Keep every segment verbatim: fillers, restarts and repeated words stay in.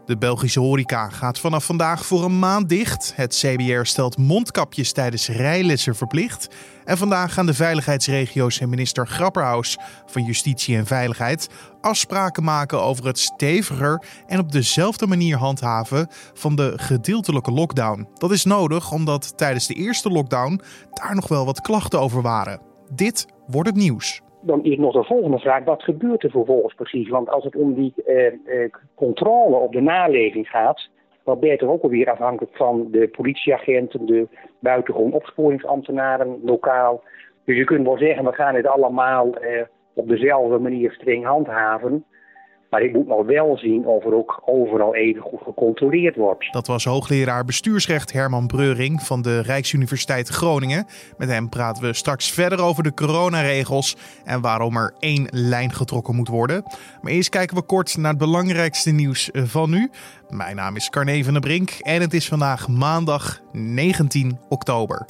De Belgische horeca gaat vanaf vandaag voor een maand dicht. Het C B R stelt mondkapjes tijdens rijlessen verplicht. En vandaag gaan de veiligheidsregio's en minister Grapperhaus van Justitie en Veiligheid afspraken maken over het steviger en op dezelfde manier handhaven van de gedeeltelijke lockdown. Dat is nodig omdat tijdens de eerste lockdown daar nog wel wat klachten over waren. Dit wordt het nieuws. Dan is nog de volgende vraag, wat gebeurt er vervolgens precies? Want als het om die eh, eh, controle op de naleving gaat, dan ben je toch ook alweer afhankelijk van de politieagenten, de buitengewoon opsporingsambtenaren, lokaal. Dus je kunt wel zeggen, we gaan dit allemaal eh, op dezelfde manier streng handhaven. Maar ik moet nog wel zien of er ook overal even goed gecontroleerd wordt. Dat was hoogleraar bestuursrecht Herman Breuring van de Rijksuniversiteit Groningen. Met hem praten we straks verder over de coronaregels en waarom er één lijn getrokken moet worden. Maar eerst kijken we kort naar het belangrijkste nieuws van nu. Mijn naam is Carne van der Brink en het is vandaag maandag negentien oktober.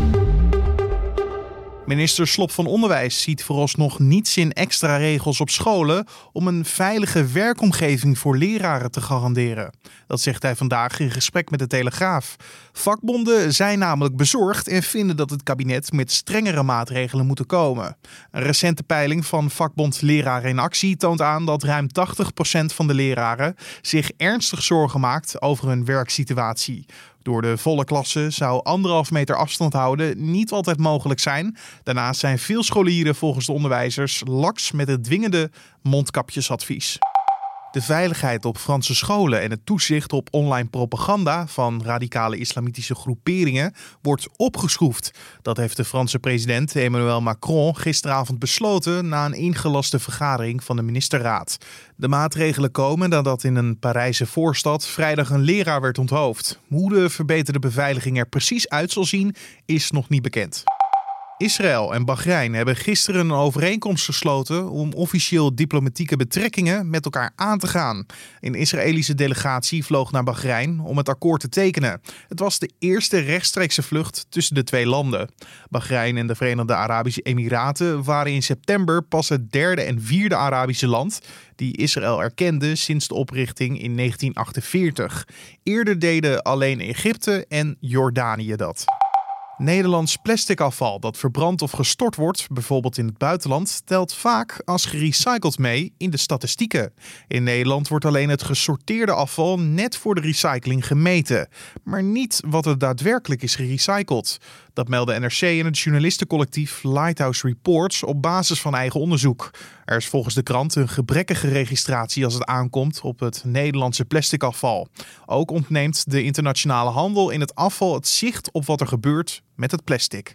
Minister Slop van Onderwijs ziet vooralsnog niets in extra regels op scholen om een veilige werkomgeving voor leraren te garanderen. Dat zegt hij vandaag in gesprek met de Telegraaf. Vakbonden zijn namelijk bezorgd en vinden dat het kabinet met strengere maatregelen moet komen. Een recente peiling van vakbond Leraren in Actie toont aan dat ruim tachtig procent van de leraren zich ernstig zorgen maakt over hun werksituatie. Door de volle klasse zou anderhalf meter afstand houden niet altijd mogelijk zijn. Daarnaast zijn veel scholieren volgens de onderwijzers laks met het dwingende mondkapjesadvies. De veiligheid op Franse scholen en het toezicht op online propaganda van radicale islamitische groeperingen wordt opgeschroefd. Dat heeft de Franse president Emmanuel Macron gisteravond besloten na een ingelaste vergadering van de ministerraad. De maatregelen komen nadat in een Parijse voorstad vrijdag een leraar werd onthoofd. Hoe de verbeterde beveiliging er precies uit zal zien is nog niet bekend. Israël en Bahrein hebben gisteren een overeenkomst gesloten om officieel diplomatieke betrekkingen met elkaar aan te gaan. Een Israëlische delegatie vloog naar Bahrein om het akkoord te tekenen. Het was de eerste rechtstreekse vlucht tussen de twee landen. Bahrein en de Verenigde Arabische Emiraten waren in september pas het derde en vierde Arabische land die Israël erkende sinds de oprichting in negentien achtenveertig. Eerder deden alleen Egypte en Jordanië dat. Nederlands plasticafval dat verbrand of gestort wordt, bijvoorbeeld in het buitenland, telt vaak als gerecycled mee in de statistieken. In Nederland wordt alleen het gesorteerde afval net voor de recycling gemeten, maar niet wat er daadwerkelijk is gerecycled. Dat melden N R C en het journalistencollectief Lighthouse Reports op basis van eigen onderzoek. Er is volgens de krant een gebrekkige registratie als het aankomt op het Nederlandse plasticafval. Ook ontneemt de internationale handel in het afval het zicht op wat er gebeurt met het plastic.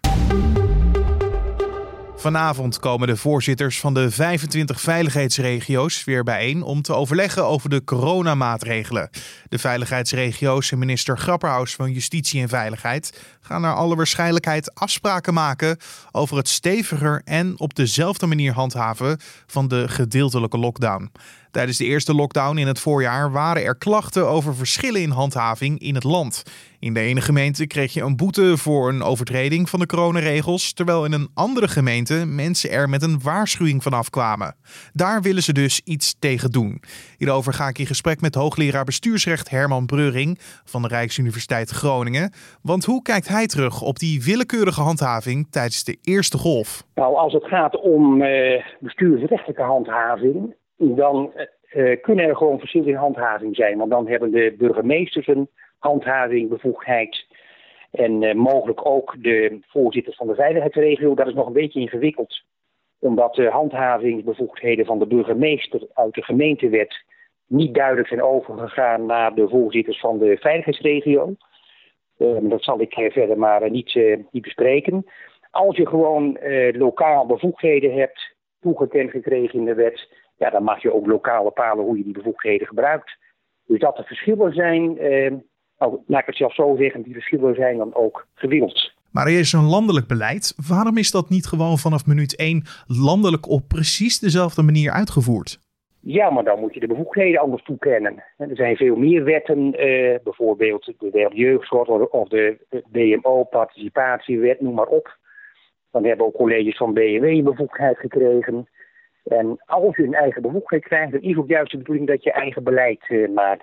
Vanavond komen de voorzitters van de vijfentwintig veiligheidsregio's weer bijeen om te overleggen over de coronamaatregelen. De veiligheidsregio's en minister Grapperhaus van Justitie en Veiligheid gaan naar alle waarschijnlijkheid afspraken maken over het steviger en op dezelfde manier handhaven van de gedeeltelijke lockdown. Tijdens de eerste lockdown in het voorjaar waren er klachten over verschillen in handhaving in het land. In de ene gemeente kreeg je een boete voor een overtreding van de coronaregels, terwijl in een andere gemeente mensen er met een waarschuwing vanaf kwamen. Daar willen ze dus iets tegen doen. Hierover ga ik in gesprek met hoogleraar bestuursrecht Herman Breuring van de Rijksuniversiteit Groningen. Want hoe kijkt hij terug op die willekeurige handhaving tijdens de eerste golf? Nou, als het gaat om uh, bestuursrechtelijke handhaving, dan uh, kunnen er gewoon verschillen in handhaving zijn. Want dan hebben de burgemeesters een handhavingbevoegdheid en uh, mogelijk ook de voorzitters van de veiligheidsregio. Dat is nog een beetje ingewikkeld, omdat de handhavingsbevoegdheden van de burgemeester uit de gemeentewet niet duidelijk zijn overgegaan naar de voorzitters van de veiligheidsregio. Uh, dat zal ik uh, verder maar uh, niet, uh, niet bespreken. Als je gewoon uh, lokaal bevoegdheden hebt toegekend gekregen in de wet, ja, dan mag je ook lokaal bepalen hoe je die bevoegdheden gebruikt. Dus dat er verschillen zijn, eh, nou, laat ik het zelf zo zeggen, die verschillen zijn dan ook gewild. Maar er is een landelijk beleid. Waarom is dat niet gewoon vanaf minuut één landelijk op precies dezelfde manier uitgevoerd? Ja, maar dan moet je de bevoegdheden anders toekennen. Er zijn veel meer wetten, eh, bijvoorbeeld de wet jeugdzorg of de B M O-participatiewet, noem maar op. Dan hebben ook colleges van B M W een bevoegdheid gekregen. En als je een eigen bevoegdheid krijgt, dan is ook juist de bedoeling dat je eigen beleid uh, maakt.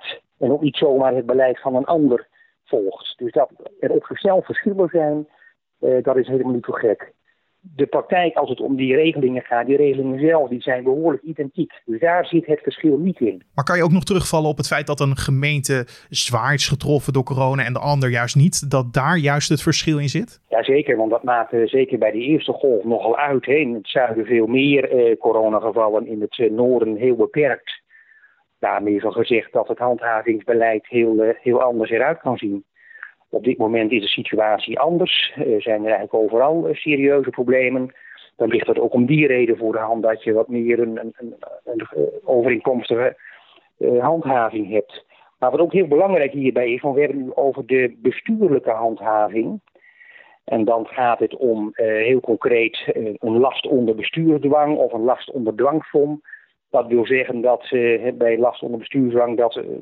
En ook niet zomaar het beleid van een ander volgt. Dus dat er op zichzelf verschillen zijn, uh, dat is helemaal niet zo gek. De praktijk, als het om die regelingen gaat, die regelingen zelf, die zijn behoorlijk identiek. Dus daar zit het verschil niet in. Maar kan je ook nog terugvallen op het feit dat een gemeente zwaar is getroffen door corona en de ander juist niet? Dat daar juist het verschil in zit? Jazeker, want dat maakte zeker bij de eerste golf nogal uit. Hè. In het zuiden veel meer eh, coronagevallen, in het uh, noorden heel beperkt. Daarmee is al gezegd dat het handhavingsbeleid heel, uh, heel anders eruit kan zien. Op dit moment is de situatie anders. Er zijn er eigenlijk overal uh, serieuze problemen. Dan ligt het ook om die reden voor de hand dat je wat meer een, een, een, een overeenkomstige uh, handhaving hebt. Maar wat ook heel belangrijk hierbij is, want we hebben nu over de bestuurlijke handhaving. En dan gaat het om uh, heel concreet uh, een last onder bestuursdwang of een last onder dwangsom. Dat wil zeggen dat uh, bij last onder bestuursdwang dat uh,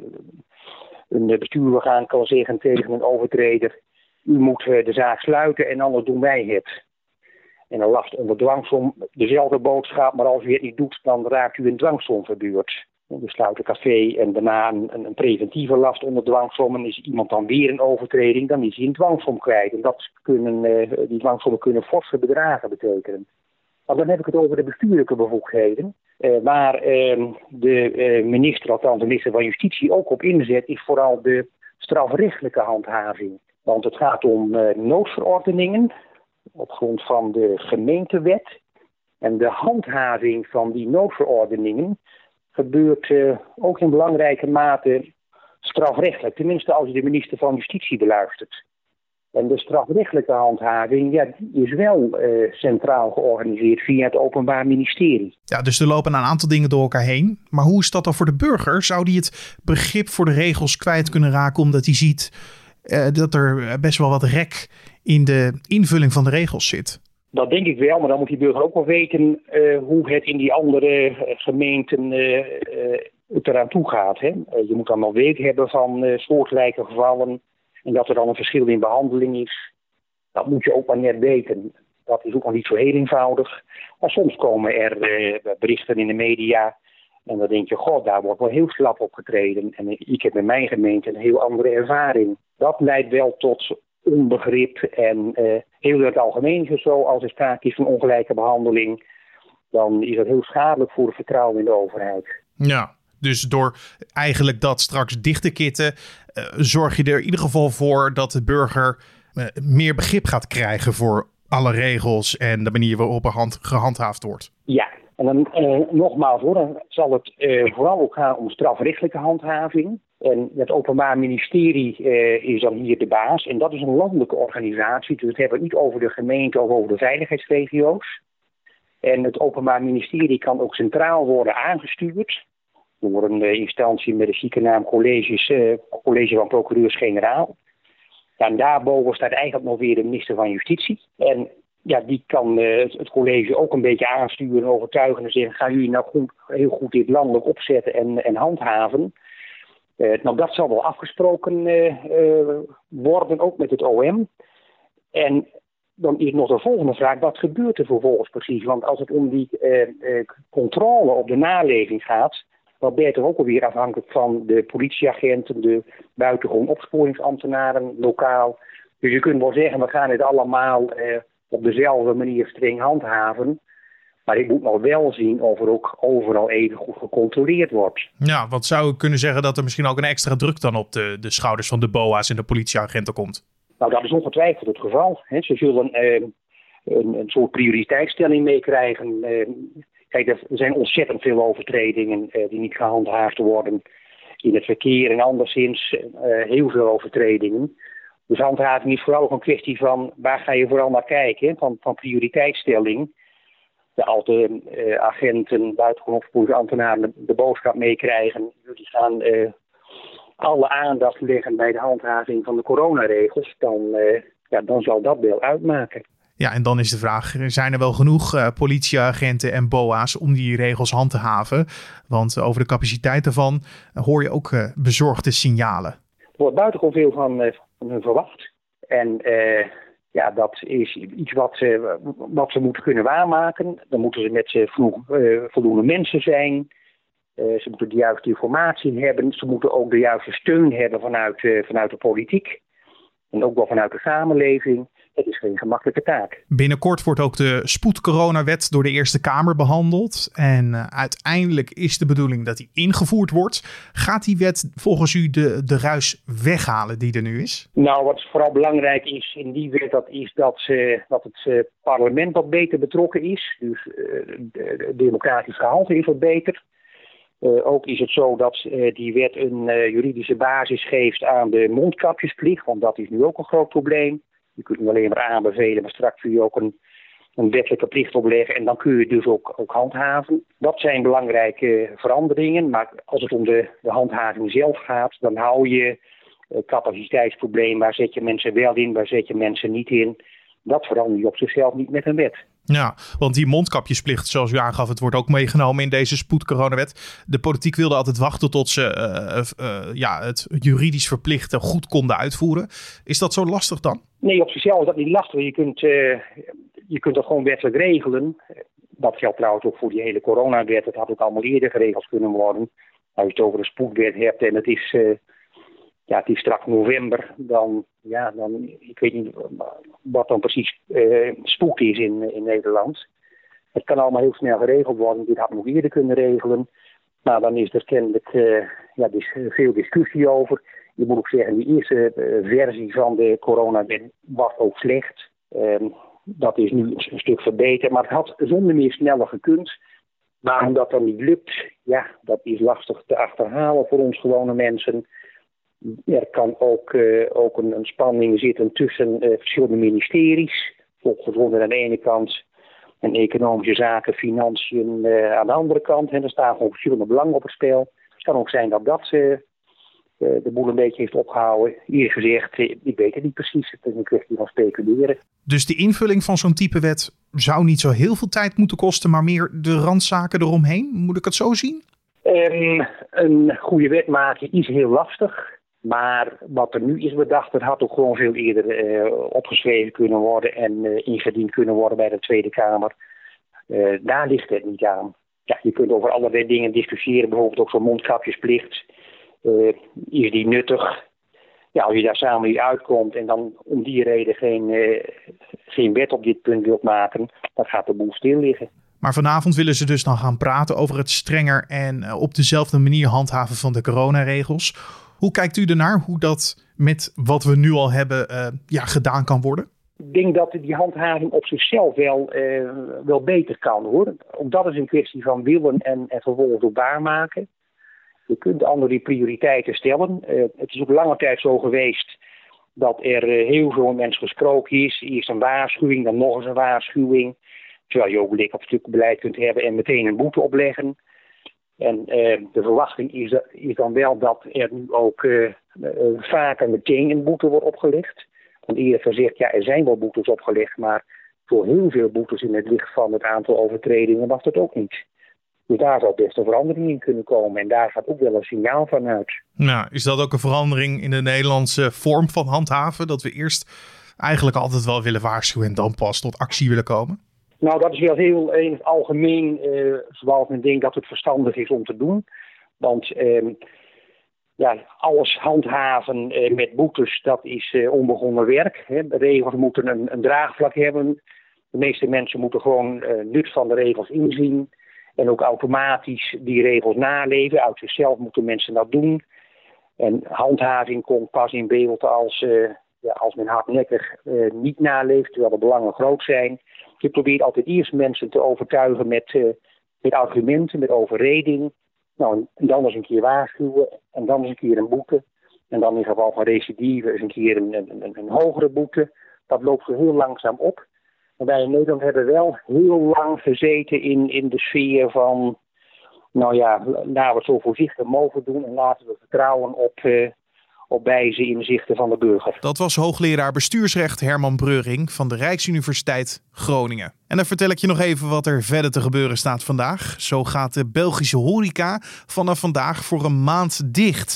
een bestuurorgaan kan zeggen tegen een overtreder: u moet uh, de zaak sluiten en anders doen wij het. En een last onder dwangsom, dezelfde boodschap, maar als u het niet doet, dan raakt u in dwangsom verduurd. We sluiten een café en daarna een, een preventieve last onder dwangsom. En is iemand dan weer een overtreding, dan is hij een dwangsom kwijt. En dat kunnen, uh, die dwangsommen kunnen forse bedragen betekenen. Maar dan heb ik het over de bestuurlijke bevoegdheden. Uh, waar uh, de uh, minister, althans de minister van Justitie, ook op inzet, is vooral de strafrechtelijke handhaving. Want het gaat om uh, noodverordeningen op grond van de gemeentewet. En de handhaving van die noodverordeningen gebeurt uh, ook in belangrijke mate strafrechtelijk. Tenminste als je de minister van Justitie beluistert. En de strafrechtelijke handhaving, ja, die is wel uh, centraal georganiseerd via het Openbaar Ministerie. Ja, dus er lopen een aantal dingen door elkaar heen. Maar hoe is dat dan voor de burger? Zou die het begrip voor de regels kwijt kunnen raken omdat hij ziet uh, dat er best wel wat rek in de invulling van de regels zit? Dat denk ik wel, maar dan moet die burger ook wel weten uh, hoe het in die andere uh, gemeenten uh, uh, het eraan toe gaat. Hè? Uh, je moet dan wel weten hebben van uh, soortgelijke gevallen en dat er dan een verschil in behandeling is. Dat moet je ook maar net weten. Dat is ook nog niet zo heel eenvoudig. Maar soms komen er uh, berichten in de media en dan denk je, god, daar wordt wel heel slap opgetreden. En ik heb in mijn gemeente een heel andere ervaring. Dat leidt wel tot onbegrip en uh, heel in het algemeen is zo, als er sprake is van ongelijke behandeling, dan is dat heel schadelijk voor het vertrouwen in de overheid. Ja, dus door eigenlijk dat straks dicht te kitten, uh, zorg je er in ieder geval voor dat de burger uh, meer begrip gaat krijgen voor alle regels en de manier waarop er hand, gehandhaafd wordt. Ja, en dan uh, nogmaals hoor, dan zal het uh, vooral ook gaan om strafrechtelijke handhaving. En het Openbaar Ministerie uh, is dan hier de baas. En dat is een landelijke organisatie. Dus we hebben het niet over de gemeente of over de veiligheidsregio's. En het Openbaar Ministerie kan ook centraal worden aangestuurd door een uh, instantie met de chique naam colleges, uh, College van Procureurs-Generaal. Ja, en daarboven staat eigenlijk nog weer de minister van Justitie. En ja, die kan uh, het college ook een beetje aansturen en overtuigen en zeggen: gaan jullie nou goed, heel goed dit landelijk opzetten en, en handhaven? Uh, nou, dat zal wel afgesproken uh, uh, worden, ook met het O M. En dan is nog de volgende vraag: wat gebeurt er vervolgens precies? Want als het om die uh, uh, controle op de naleving gaat, dan ben je toch ook alweer afhankelijk van de politieagenten, de buitengewoon opsporingsambtenaren, lokaal. Dus je kunt wel zeggen, we gaan het allemaal uh, op dezelfde manier streng handhaven. Maar ik moet nog wel zien of er ook overal even goed gecontroleerd wordt. Ja, wat zou ik kunnen zeggen dat er misschien ook een extra druk dan op de, de schouders van de B O A's en de politieagenten komt? Nou, dat is ongetwijfeld het geval. Hè. Ze zullen uh, een, een soort prioriteitsstelling meekrijgen. Uh, kijk, er zijn ontzettend veel overtredingen uh, die niet gehandhaafd worden in het verkeer en anderszins uh, heel veel overtredingen. Dus handhaving is vooral ook een kwestie van waar ga je vooral naar kijken, van, van prioriteitsstelling. De als de uh, agenten, buitengewoon opsporingsambtenaren de, de boodschap meekrijgen. Die gaan uh, alle aandacht leggen bij de handhaving van de coronaregels. Dan, uh, ja, dan zal dat wel uitmaken. Ja, en dan is de vraag, zijn er wel genoeg uh, politieagenten en B O A's om die regels hand te haven? Want uh, over de capaciteit daarvan uh, hoor je ook uh, bezorgde signalen. Er wordt buitengewoon veel van, uh, van hun verwacht. En uh, ja, dat is iets wat ze, wat ze moeten kunnen waarmaken. Dan moeten ze met uh, vroeg, uh, voldoende mensen zijn. Uh, ze moeten de juiste informatie hebben. Ze moeten ook de juiste steun hebben vanuit, uh, vanuit de politiek. En ook wel vanuit de samenleving. Het is geen gemakkelijke taak. Binnenkort wordt ook de spoedcoronawet door de Eerste Kamer behandeld. En uh, uiteindelijk is de bedoeling dat die ingevoerd wordt. Gaat die wet volgens u de, de ruis weghalen die er nu is? Nou, wat vooral belangrijk is in die wet, dat is dat, uh, dat het uh, parlement wat beter betrokken is. Dus uh, de democratisch gehalte is wat beter. Uh, ook is het zo dat uh, die wet een uh, juridische basis geeft aan de mondkapjesplicht. Want dat is nu ook een groot probleem. Je kunt hem alleen maar aanbevelen, maar straks kun je ook een, een wettelijke plicht opleggen. En dan kun je het dus ook, ook handhaven. Dat zijn belangrijke veranderingen. Maar als het om de, de handhaving zelf gaat, dan hou je uh, capaciteitsprobleem. Waar zet je mensen wel in, waar zet je mensen niet in? Dat verander je op zichzelf niet met een wet. Ja, want die mondkapjesplicht, zoals u aangaf, het wordt ook meegenomen in deze spoedcoronawet. De politiek wilde altijd wachten tot ze uh, uh, ja, het juridisch verplichte goed konden uitvoeren. Is dat zo lastig dan? Nee, op zichzelf is dat niet lastig. Je kunt, uh, je kunt dat gewoon wettelijk regelen. Dat geldt trouwens ook voor die hele coronawet. Het had ook allemaal eerder geregeld kunnen worden. Als je het over een spoedwet hebt en het is... Uh, Ja, het is straks november, dan, ja, dan, ik weet niet wat dan precies uh, spoed is in, in Nederland. Het kan allemaal heel snel geregeld worden, dit had nog eerder kunnen regelen. Maar dan is er kennelijk uh, ja, dus veel discussie over. Je moet ook zeggen, die eerste uh, versie van de coronawet was ook slecht. Uh, dat is nu een, een stuk verbeterd, maar het had zonder meer sneller gekund. Waarom dat dan niet lukt, ja, dat is lastig te achterhalen voor ons gewone mensen. Er kan ook, uh, ook een, een spanning zitten tussen uh, verschillende ministeries. Volksgezondheid aan de ene kant en economische zaken, financiën uh, aan de andere kant. En er staan gewoon verschillende belangen op het spel. Het kan ook zijn dat dat uh, uh, de boel een beetje heeft opgehouden. Hier gezegd, uh, ik weet het niet precies. Het is een kwestie van speculeren. Dus de invulling van zo'n type wet zou niet zo heel veel tijd moeten kosten, maar meer de randzaken eromheen? Moet ik het zo zien? Um, een goede wet maken is heel lastig. Maar wat er nu is bedacht, dat had ook gewoon veel eerder uh, opgeschreven kunnen worden en uh, ingediend kunnen worden bij de Tweede Kamer. Uh, daar ligt het niet aan. Ja, je kunt over allerlei dingen discussiëren, bijvoorbeeld ook zo'n mondkapjesplicht. Uh, is die nuttig? Ja, als je daar samen niet uitkomt en dan om die reden geen, uh, geen wet op dit punt wilt maken, dan gaat de boel stil liggen. Maar vanavond willen ze dus dan gaan praten over het strenger en uh, op dezelfde manier handhaven van de coronaregels. Hoe kijkt u ernaar, hoe dat met wat we nu al hebben uh, ja, gedaan kan worden? Ik denk dat die handhaving op zichzelf wel, uh, wel beter kan, hoor. Ook dat is een kwestie van willen en, en vervolgens ook waarmaken. Je kunt andere prioriteiten stellen. Uh, het is ook lange tijd zo geweest dat er uh, heel veel mensen gesproken is. Eerst een waarschuwing, dan nog eens een waarschuwing. Terwijl je ook dik op stuk beleid kunt hebben en meteen een boete opleggen. En uh, de verwachting is, is dan wel dat er nu ook uh, uh, vaker meteen een boete wordt opgelegd. Want eerder gezegd, ja, er zijn wel boetes opgelegd, maar voor heel veel boetes in het licht van het aantal overtredingen was dat ook niet. Dus daar zou best een verandering in kunnen komen en daar gaat ook wel een signaal van uit. Nou, is dat ook een verandering in de Nederlandse vorm van handhaven? Dat we eerst eigenlijk altijd wel willen waarschuwen en dan pas tot actie willen komen? Nou, dat is wel heel in het algemeen, uh, zoals men denkt dat het verstandig is om te doen. Want uh, ja, alles handhaven uh, met boetes, dat is uh, onbegonnen werk. Hè. De regels moeten een, een draagvlak hebben. De meeste mensen moeten gewoon uh, nut van de regels inzien. En ook automatisch die regels naleven. Uit zichzelf moeten mensen dat doen. En handhaving komt pas in beeld als, uh, ja, als men hardnekkig uh, niet naleeft, terwijl de belangen groot zijn. Je probeert altijd eerst mensen te overtuigen met, uh, met argumenten, met overreding. Nou, en dan eens een keer waarschuwen en dan eens een keer een boete. En dan in geval van recidive eens een keer een, een, een hogere boete. Dat loopt zo heel langzaam op. Maar wij in Nederland hebben wel heel lang gezeten in, in de sfeer van, nou ja, laten we het zo voorzichtig mogelijk doen en laten we vertrouwen op, uh, op wijze inzichten van de burger. Dat was hoogleraar bestuursrecht Herman Breuring van de Rijksuniversiteit Groningen. En dan vertel ik je nog even wat er verder te gebeuren staat vandaag. Zo gaat de Belgische horeca vanaf vandaag voor een maand dicht.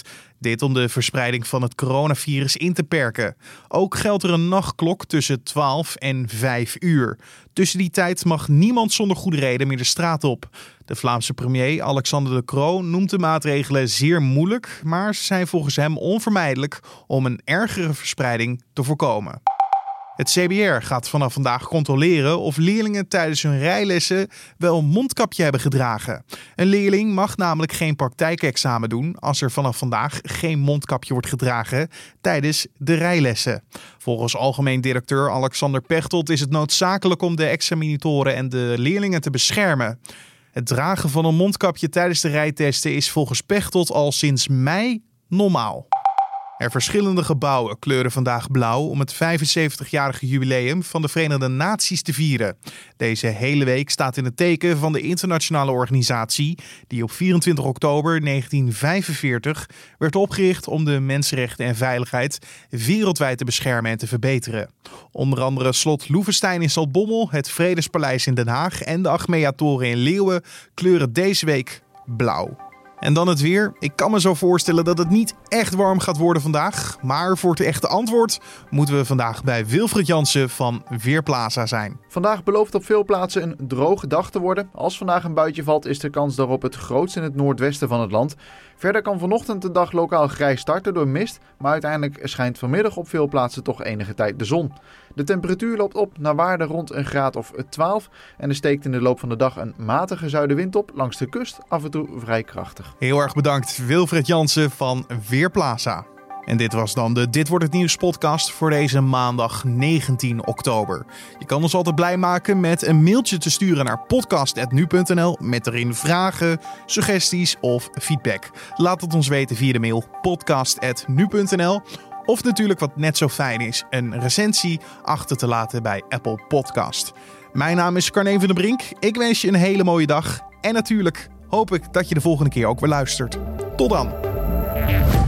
Dit om de verspreiding van het coronavirus in te perken. Ook geldt er een nachtklok tussen twaalf en vijf uur. Tussen die tijd mag niemand zonder goede reden meer de straat op. De Vlaamse premier Alexander De Croo noemt de maatregelen zeer moeilijk, maar ze zijn volgens hem onvermijdelijk om een ergere verspreiding te voorkomen. Het C B R gaat vanaf vandaag controleren of leerlingen tijdens hun rijlessen wel een mondkapje hebben gedragen. Een leerling mag namelijk geen praktijkexamen doen als er vanaf vandaag geen mondkapje wordt gedragen tijdens de rijlessen. Volgens algemeen directeur Alexander Pechtold is het noodzakelijk om de examinatoren en de leerlingen te beschermen. Het dragen van een mondkapje tijdens de rijtesten is volgens Pechtold al sinds mei normaal. Er verschillende gebouwen kleuren vandaag blauw om het vijfenzeventigjarige jubileum van de Verenigde Naties te vieren. Deze hele week staat in het teken van de internationale organisatie die op vierentwintig oktober negentien vijfenveertig werd opgericht om de mensenrechten en veiligheid wereldwijd te beschermen en te verbeteren. Onder andere slot Loevestein in Zaltbommel, het Vredespaleis in Den Haag en de Achmea-toren in Leeuwen kleuren deze week blauw. En dan het weer. Ik kan me zo voorstellen dat het niet echt warm gaat worden vandaag. Maar voor het echte antwoord moeten we vandaag bij Wilfried Jansen van Weerplaza zijn. Vandaag belooft op veel plaatsen een droge dag te worden. Als vandaag een buitje valt is de kans daarop het grootst in het noordwesten van het land. Verder kan vanochtend de dag lokaal grijs starten door mist. Maar uiteindelijk schijnt vanmiddag op veel plaatsen toch enige tijd de zon. De temperatuur loopt op naar waarde rond een graad of twaalf. En er steekt in de loop van de dag een matige zuidenwind op. Langs de kust af en toe vrij krachtig. Heel erg bedankt Wilfried Jansen van Weerplaza. En dit was dan de Dit Wordt Het Nieuws podcast voor deze maandag negentien oktober. Je kan ons altijd blij maken met een mailtje te sturen naar podcast punt nu punt n l met erin vragen, suggesties of feedback. Laat het ons weten via de mail podcast punt nu punt n l. Of natuurlijk wat net zo fijn is, een recensie achter te laten bij Apple Podcast. Mijn naam is Carne van der Brink. Ik wens je een hele mooie dag. En natuurlijk hoop ik dat je de volgende keer ook weer luistert. Tot dan!